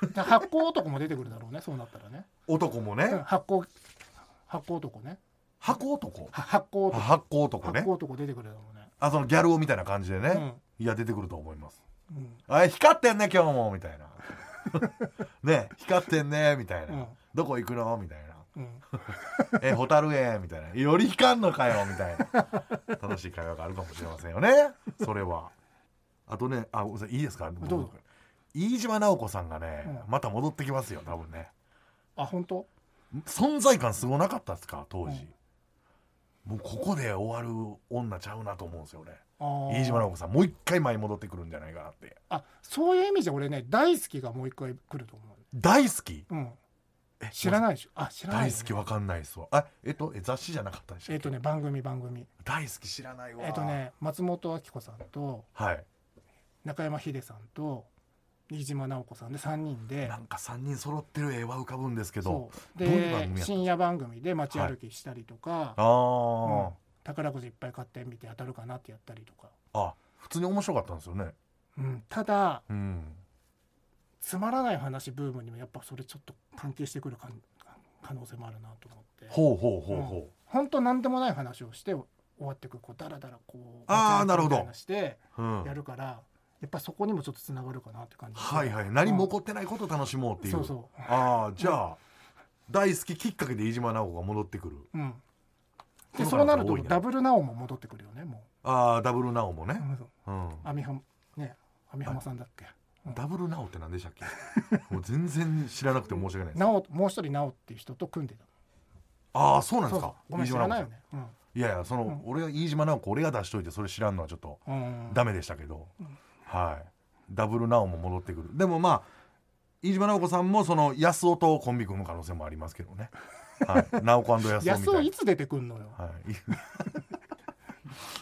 あ、発光男も出てくるだろうね、そうなったらね。 男もね、うん、 発光発光男ね。 発光男発光男発光男ね。 発光男出てくるだろうね。 あそのギャル男みたいな感じでね、うん、いや出てくると思います、うん、あ光ってんね今日もみたいなね光ってんねみたいな、うん、どこ行くのみたいな、うん、えホタル園みたいな、より光んのかよみたいな楽しい会話があるかもしれませんよねそれは。あとね、あいいですか、どうぞ。飯島直子さんがね、うん、また戻ってきますよ多分ね。 あ本当。 存在感すごなかったですか当時、うん、もうここで終わる女ちゃうなと思うんですよね。飯島直子さんもう一回前に戻ってくるんじゃないかなって。 あそういう意味じゃ俺ね大好きがもう一回来ると思う。 大好き、 うん、え知らないでしょ。あ知らない、 ね、大好きわかんないっすわ。あえっとえ雑誌じゃなかったでしょ。 えっとね番組番組大好き知らないわ。 えっとね松本明子さんと、はい、中山秀さんと飯島直子さんでさんにんで、 なんかさんにん揃ってる絵は浮かぶんですけど、 でどういう番組やった？深夜番組で街歩きしたりとか、はい、あうん、宝くじいっぱい買ってみて当たるかなってやったりとか。 あ普通に面白かったんですよね、 うん、ただ、うん、つまらない話ブームにもやっぱそれちょっと関係してくるか可能性もあるなと思って。 ほうほうほうほう、うん、 本当なんでもない話をして終わってく、こうダラダラこうああなるほどしてやるから、うん、やっぱそこにもちょっとつながるかなって感じ。 はいはい、何も起こってないことを楽しもうっていう、 うん、そうそう。 ああじゃあ、うん、大好ききっかけで飯島直子が戻ってくる、うん、 でそうなるとダブルナオも戻ってくるよね。もうああダブルナオもね、 うん、網浜ね網浜さんだっけ、 うん、ダブルナオって何でしたっけもう全然知らなくて申し訳ないです。 ナオもう一人ナオっていう人と組んでた。 ああそうなんですか。 ごめん知らないよね、うん、 いいやいやその、うん、俺が飯島直子俺が出しといてそれ知らんのはちょっとダメでしたけど、うん、はいダブルナオも戻ってくる。でもまあ飯島直子さんもその安尾とコンビ組む可能性もありますけどね、はい、直子&安尾みたいな。 安尾いつ出てくんのよ、はい、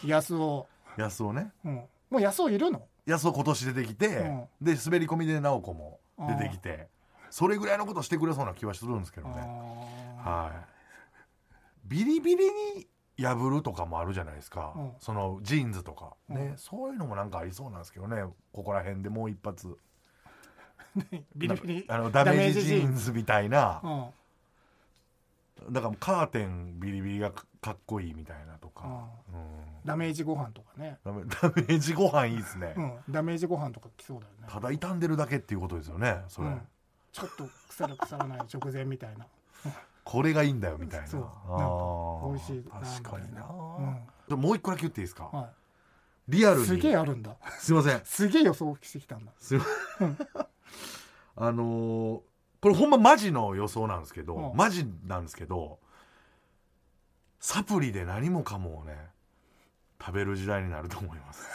安尾安尾ね、 うん、もう安尾いるの？ 安尾今年出てきて、うん、で滑り込みで直子も出てきてそれぐらいのことしてくれそうな気はするんですけどね、はい、ビリビリに破るとかもあるじゃないですか、うん、そのジーンズとか、ね、うん、そういうのもなんかありそうなんですけどね、ここら辺でもう一発ビリビリあのダメージジーンズみたいな、うん、だからカーテンビリビリがかっこいいみたいなとか、うんうん、 ダメージご飯とかね。 ダメ、ダメージご飯いいですね、 うん、ダメージご飯とか来そうだよね。 ただ傷んでるだけっていうことですよねそれ、うん、 ちょっと腐る腐らない直前みたいなこれがいいんだよみたいな。 そうなんか美味しいな。 確かにな、うん、もう一個だけ言っていいですか、はい、 リアルにすげえあるんだ。 すいませんすげえ予想してきたんだ。すいませんあのー、これほんまマジの予想なんですけど、うん、マジなんですけどサプリで何もかもをね食べる時代になると思います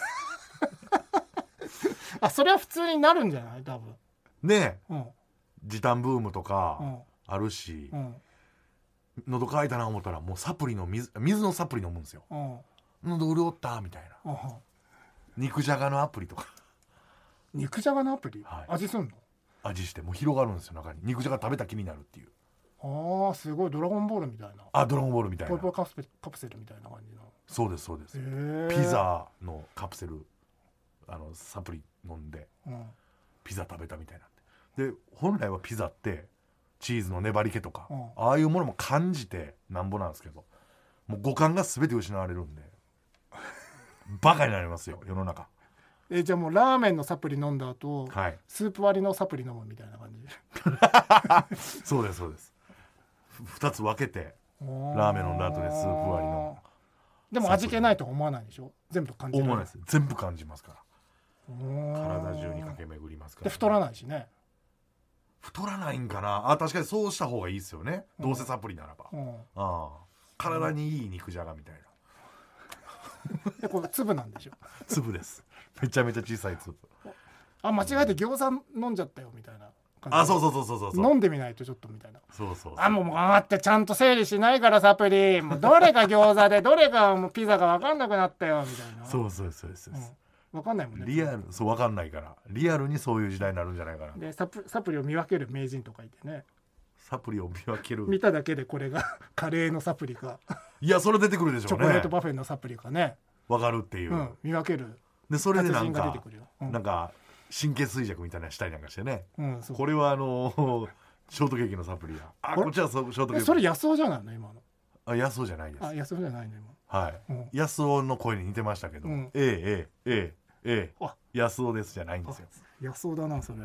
あそれは普通になるんじゃない多分ねえ、うん、時短ブームとかあるし、うん、喉乾いたな思ったらもうサプリの水水のサプリ飲むんですよ、うん、喉潤ったみたいな、うん、肉じゃがのアプリとか肉じゃがのアプリ、はい、味すんの？ 味してもう広がるんですよ中に。肉じゃが食べた気になるっていう。 ああすごいドラゴンボールみたいな。 あドラゴンボールみたいなポイポイカプセル、カプセルみたいな感じの。 そうですそうです。ピザのカプセルあのサプリ飲んで、うん、ピザ食べたみたいな。で本来はピザってチーズの粘り気とか、うん、ああいうものも感じてなんぼなんですけどもう五感が全て失われるんでバカになりますよ世の中。 えじゃあもうラーメンのサプリ飲んだ後、はい、スープ割りのサプリ飲むみたいな感じそうですそうです。ふたつ分けてラーメン飲んだ後でスープ割りの。 でも味気ないとは思わないでしょ？全部感じる。 思わないです。全部感じますから体中に駆け巡りますから、ね、 で太らないしね。 太らないんかなあ。確かにそうした方がいいですよね、うん、どうせサプリならば、うん、あ体にいい肉じゃがみたいなでこれ粒なんでしょ？ 粒です。めちゃめちゃ小さい粒。 あ間違えて餃子飲んじゃったよみたいな感じ。 あそうそうそうそうそう飲んでみないとちょっとみたいな。 そうそうそう。 あもう待ってちゃんと整理しないからサプリもうどれが餃子でどれがもうピザか分かんなくなったよみたいな。 そうそうそうそう、うん、 分かんないもんね。 リアルそう分かんないからリアルにそういう時代になるんじゃないかな。 でサプ、サプリを見分ける名人とかいてね。 サプリを見分ける。 見ただけでこれがカレーのサプリかいやそれ出てくるでしょうね。 チョコレートパフェのサプリかね。 分かるっていう、うん、 見分ける。 でそれでなんか、うん、なんか神経衰弱みたいなしたりなんかしてね、うん、これはあのー、ショートケーキのサプリやあこっちはショートケーキ。 それ安尾じゃないの今の。 あ安尾じゃないです。 あ安尾じゃないの今。 はい、うん、安尾の声に似てましたけど、うん、ええええええ安尾ですじゃないんですよ。 安尾だなそれ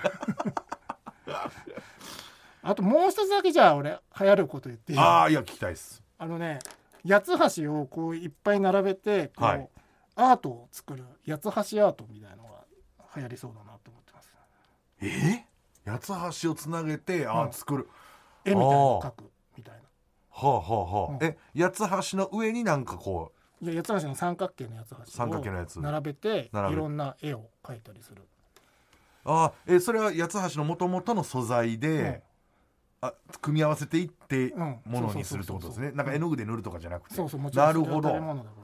あともう一つだけじゃあ俺流行ること言っていい？ ああいや聞きたいです。 あのね八つ橋をこういっぱい並べてこう、はい、アートを作る八つ橋アートみたいなのが流行りそうだなと思ってます。 えー、八つ橋をつなげて、うん、あ作る絵みたいなの描くみたいな。 はあはあはあ、うん、え八つ橋の上になんかこういや八つ橋の三角形の八つ橋を三角形のやつ並べていろんな絵を描いたりする。 あえそれは八つ橋の元々の素材で、うん、あ組み合わせていってものにするってことですね。なんか絵の具で塗るとかじゃなくて。 そうそうもちろんなるほど。 食べ物だから、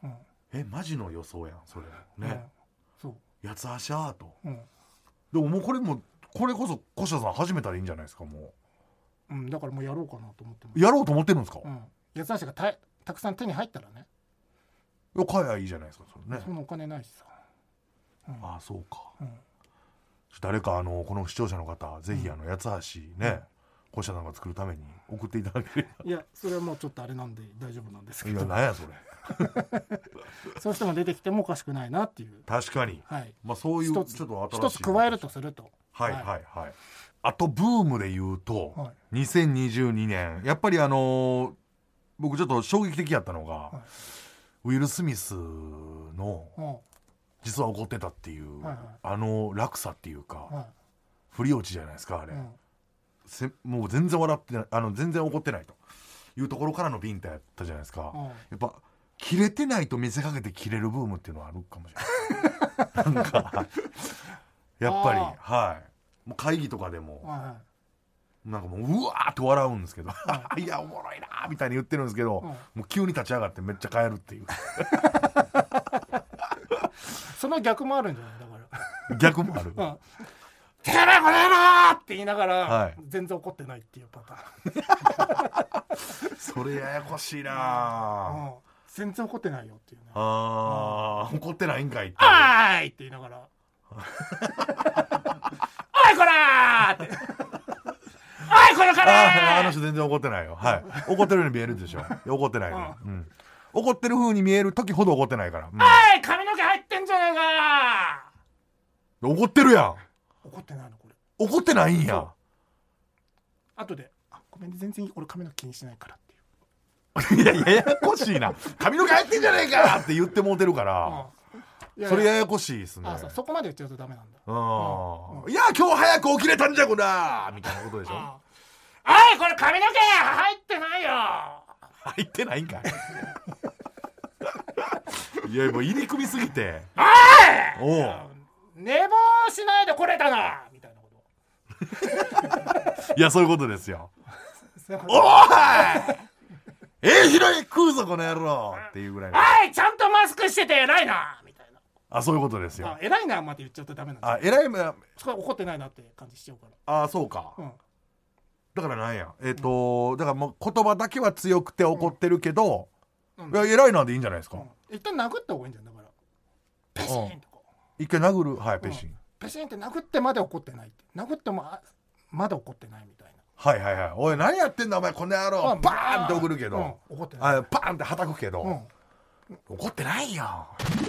うん、 えマジの予想やんそれね、うん、そう八つ橋アート、うん、でももうこれもこれこそ小下さん始めたらいいんじゃないですかもう、うん、だからもうやろうかなと思ってます。 やろうと思ってるんですか、うん、 八つ橋が た, たくさん手に入ったらね買えばいいじゃないですかそれね。 そのお金ないしさ、 うん、ああそうか、うん、誰かあのこの視聴者の方ぜひあの八つ橋ね、うん、小下さんが作るために送っていただければ。 いやそれはもうちょっとあれなんで大丈夫なんですけど。 いや何やそれそういう人も出てきてもおかしくないなっていう。 確かに、はいまあ、そういうちょっと新しい一つ加えるとするとはいはいはい、はい、あとブームで言うと、はい、にせんにじゅうにねんやっぱりあのー、僕ちょっと衝撃的やったのが、はい、ウィル・スミスの実は怒ってたっていう、はいはい、あの落差っていうか、はい、振り落ちじゃないですかあれ、うん、せもう全然笑ってないあの全然怒ってないというところからのビンタやったじゃないですか、うん、やっぱ切れてないと見せかけて切れるブームっていうのはあるかもしれないなんかやっぱりはいもう会議とかでも、はい、なんかもううわーって笑うんですけど、はい、いやおもろいなみたいに言ってるんですけど、はい、もう急に立ち上がってめっちゃ帰るっていうその逆もあるんじゃないだから逆もある、 うんてめえこの野郎って言いながら、はい、全然怒ってないっていうパターンそれややこしいな、うん、 全然怒ってないよっていうねああ、うん、怒ってないんかいっておーいって言いながらおいこらーっておいこのカレーあ, あの人全然怒ってないよ、はい、怒ってるように見えるでしょ怒ってないね、うんうん、怒ってる風に見える時ほど怒ってないから、うん、 おい髪の毛入ってんじゃねえか怒ってるやん怒ってないのこれ怒ってないんやあとであごめんね全然俺髪の毛気にしないからっていういやややこしいな髪の毛入ってんじゃねえかって言ってもうてるから、うん、いやいやそれややこしいですね。 あ そ, そこまで言っちゃうとダメなんだ、 うんうん、いや今日早く起きれたんじゃこなみたいなことでしょおいこれ髪の毛入ってないよ入ってないんかいいやもう入り組みすぎておいおう寝坊しないで来れたなみたいなこといやそういうことですよおーいえー、広い食うぞこの野郎っていうぐらいおいちゃんとマスクしてて偉いなみたいなあそういうことですよあ偉いなまで言っちゃうとダメなんですあ偉いな怒ってないなって感じしちゃうからあそうか、うん、だからなんやえっ、ー、と、うん、だからもう言葉だけは強くて怒ってるけど、うん、いや偉いなでいいんじゃないですか、うん、 一旦殴った方がいいんじゃんだからペシーンとか一回殴るはいペシン、うん、 ペシンって殴ってまで怒ってないって殴ってもまだ怒ってないみたいなはいはいはいおい何やってんだお前この野郎バーンって送るけど、うん、怒ってないあパーンってはたくけど、うん、怒ってないよ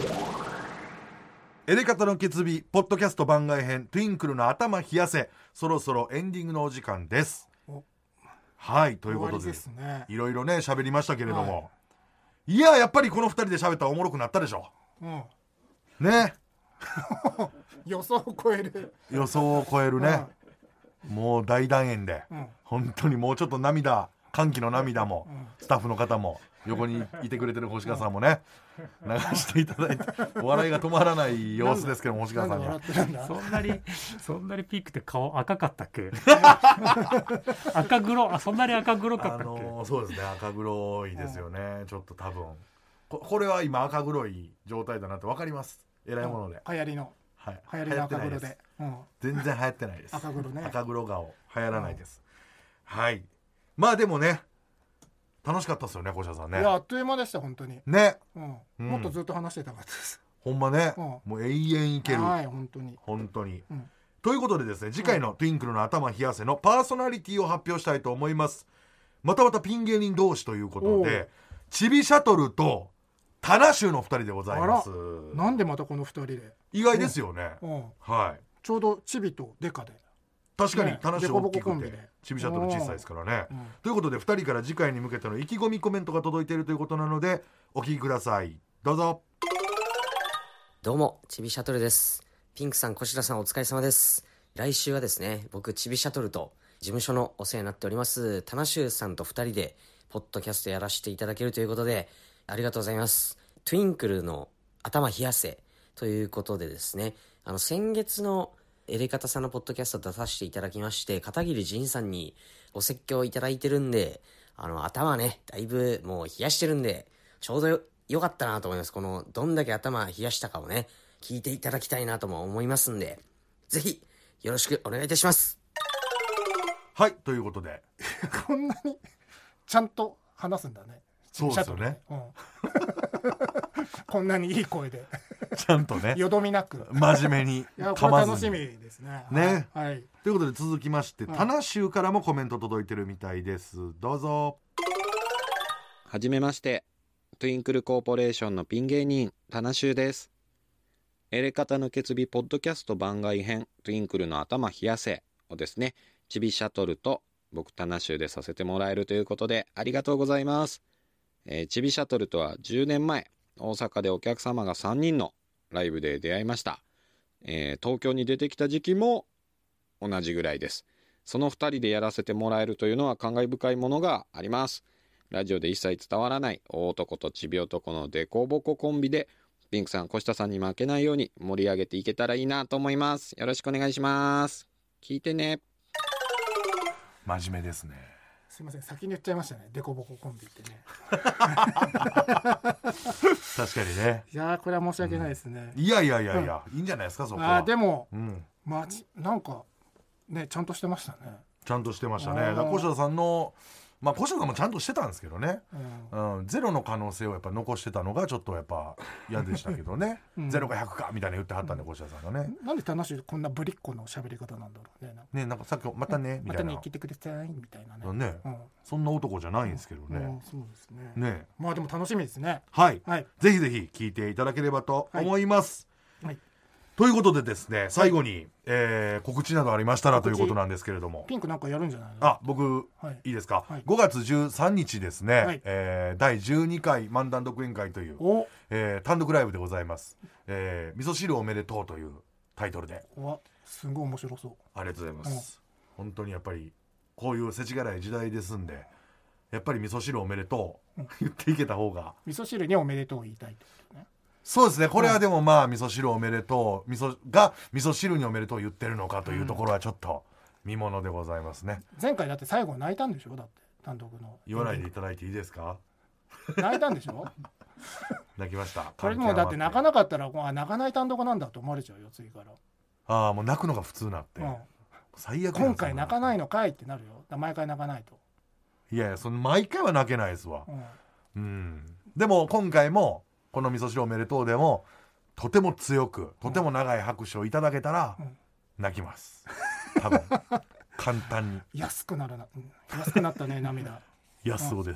エレカタの決意ポッドキャスト番外編トゥインクルの頭冷やせそろそろエンディングのお時間ですはいということ で, です、ね、いろいろね喋りましたけれども、はい、いややっぱりこのふたりで喋ったらおもろくなったでしょ、うん、ね予想を超える予想を超えるね、うん、もう大団円で、うん、本当にもうちょっと涙歓喜の涙も、うん、スタッフの方も横にいてくれてる星川さんもね流していただいてお笑いが止まらない様子ですけども星川さんにはそんなにそんなにピークって顔赤かったっけ赤黒あそんなに赤黒かったっけ、あのー、そうですね赤黒いですよね、うん、ちょっと多分 こ, これは今赤黒い状態だなって分かります偉いもので、 うん、流行りの、はい、流行りの赤黒で、うん、 全然流行ってないです赤黒ね赤黒顔流行らないです、うん、はいまあでもね楽しかったですよね小社さんね。 いやあっという間でした本当にね、 うんうん、もっとずっと話してたかったですほんまね、うん、もう永遠いけるはい本当に本当に、うん、ということでですね次回のトゥインクルの頭冷やせのパーソナリティを発表したいと思います。またまたピン芸人同士ということでちびシャトルとタナシュのふたりでございます。 なんでまたこのふたりで意外ですよね、うんうん、はいちょうどチビとデカで確かにタナシュ大きくてちびシャトル小さいですからね、うん、ということでふたりから次回に向けての意気込みコメントが届いているということなのでお聞きくださいどうぞ。 どうもちびシャトルです。ピンクさん小白さんお疲れ様です。来週はですね僕ちびシャトルと事務所のお世話になっておりますタナシュさんとふたりでポッドキャストやらせていただけるということでありがとうございます。トゥインクルの頭冷やせということでですねあの先月のエレカタさんのポッドキャスト出させていただきまして片桐仁さんにご説教いただいてるんであの頭ねだいぶもう冷やしてるんでちょうど よ, よかったなと思います。このどんだけ頭冷やしたかをね聞いていただきたいなとも思いますんでぜひよろしくお願いいたします。 はいということでこんなにちゃんと話すんだね。 そうですよね、うん、 こんなにいい声でちゃんとねよどみなく真面目に噛まずに楽しみですねね、 はい、 ということで続きまして、はい、タナシュからもコメント届いてるみたいです。どうぞ。 はじめましてトゥインクルコーポレーションのピン芸人タナシュです。エレカタの決意ポッドキャスト番外編トゥインクルの頭冷やせをですねちびシャトルと僕タナシュでさせてもらえるということでありがとうございます。えー、ちびシャトルとはじゅうねんまえ大阪でお客様がさんにんのライブで出会いました。えー、東京に出てきた時期も同じぐらいです。そのふたりでやらせてもらえるというのは感慨深いものがあります。 ラジオで一切伝わらない大男とちび男のデコボココンビでピンクさん、小下さんに負けないように盛り上げていけたらいいなと思います。よろしくお願いします。聞いてね。 真面目ですね。 すいません、先に言っちゃいましたね、デコボココンビってね。 確かにね。 いやー、これは申し訳ないですね。 うん、いやいやいやいや、うん、いいんじゃないですか、そこは。 あでも、 うん、 まあ、なんかね、ちゃんとしてましたね。 ちゃんとしてましたね。小下さんのまあ小下さんもちゃんとしてたんですけどね、うんうん、ゼロの可能性をやっぱ残してたのがちょっとやっぱ嫌でしたけどね、うん、ゼロがひゃくかみたいな言ってはったんで、小下さんがね。 なんで楽しいこんなぶりっ子の喋り方なんだろうね。 ね、なんかさっきまたね、うん、みたいな、 またね、聞いてくださいみたいなね。 ね、うん、そんな男じゃないんですけどね。 うんうん、そうですね。 ね、 まあでも楽しみですね。 はい、はい、ぜひぜひ聞いていただければと思います。はいはい、ということでですね、最後に、はい、えー、告知などありましたらということなんですけれども。 ピンクなんかやるんじゃないの？ あ、僕、はい、いいですか、はい、ごがつじゅうさんにちですね、はい、えー、だいじゅうにかい漫談独演会という、えー、単独ライブでございます、えー、味噌汁おめでとうというタイトルで。 わ、すごい面白そう。 ありがとうございます、うん、本当にやっぱりこういう世知辛い時代ですんで、やっぱり味噌汁おめでとう、うん、言っていけた方が、 味噌汁におめでとう言いたいってことね。 そうですね。これはでもまあ味噌汁おめでとう、味噌が味噌汁におめでとう言ってるのかというところはちょっと見ものでございますね。 前回だって最後泣いたんでしょ。だって単独の。 言わないでいただいていいですか。 泣いたんでしょ。 泣きました。 これもうだって泣かなかったら、あ、泣かない単独なんだと思われちゃうよ、次から。 ああ、もう泣くのが普通なって、うん、最悪。 今回泣かないのかいってなるよ。だ毎回泣かないと。 いやいや、その毎回は泣けないですわ、うん、うん、でも今回もこの味噌汁おめでとうでもとても強く、とても長い拍手をいただけたら泣きます、多分簡単に。 安くなるな、安くなったね、涙。 安尾です、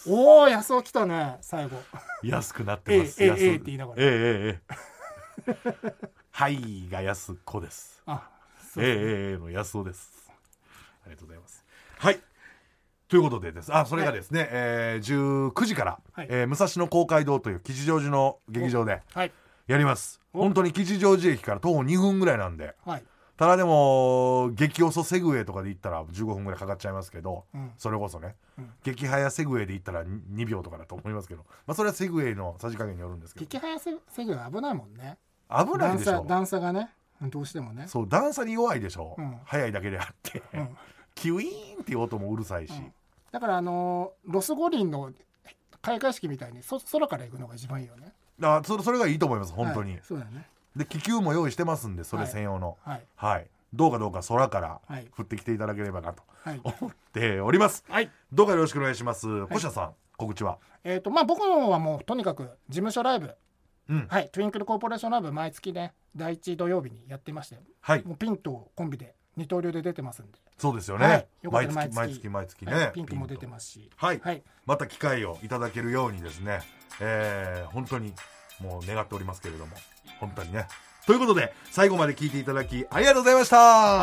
うん、おお、安尾来たね、最後。 安くなってます。 ええええって言いながら、 ええええはいが安子です。 あ、 そうですね、ええええの安尾です。ありがとうございます。はい、ということでです、あ、それがですね、はい、えー、じゅうくじから、はい、えー、武蔵野公会堂という吉祥寺の劇場でやります、はい、本当に吉祥寺駅から徒歩にふんぐらいなんで、はい、ただでも激遅セグウェイとかで行ったらじゅうごふんぐらいかかっちゃいますけど、うん、それこそね、うん、激早セグウェイで行ったらにびょうとかだと思いますけど、まあ、それはセグウェイのさじ加減によるんですけど、 激早セグウェイ危ないもんね。 危ないでしょ、 段差がね、どうしてもね。 そう、段差に弱いでしょ、うん、速いだけであって、うん、キュイーンっていう音もうるさいし、うん、だからあのー、ロス五輪の開会式みたいにそ空から行くのが一番いいよね。 あ、それ、それがいいと思います、本当に、 はい、そうだね。 で気球も用意してますんで、それ専用の、はいはいはい、どうかどうか空から降ってきていただければなと思っております、はい、どうかよろしくお願いします。小下さん、告知は？ えーとまあ、僕のはもうとにかく事務所ライブ、うん、はい、トゥインクルコーポレーションライブ毎月ね、だいいち土曜日にやってまして、はい、もうピンとコンビで二刀流で出てますんで。 そうですよね、はい、よ毎月毎月毎月ね、 はい、ピンクも出てますし、 はい、はい、また機会をいただけるようにですね、えー、本当にもう願っておりますけれども、本当にね。ということで最後まで聞いていただきありがとうございました。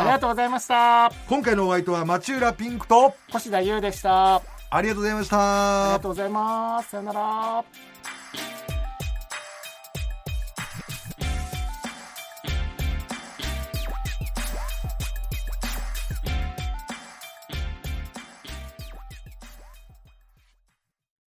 ありがとうございました。 今回のお相手は町浦ピンクと越田優でした。 ありがとうございました。 ありがとうございます。さよなら。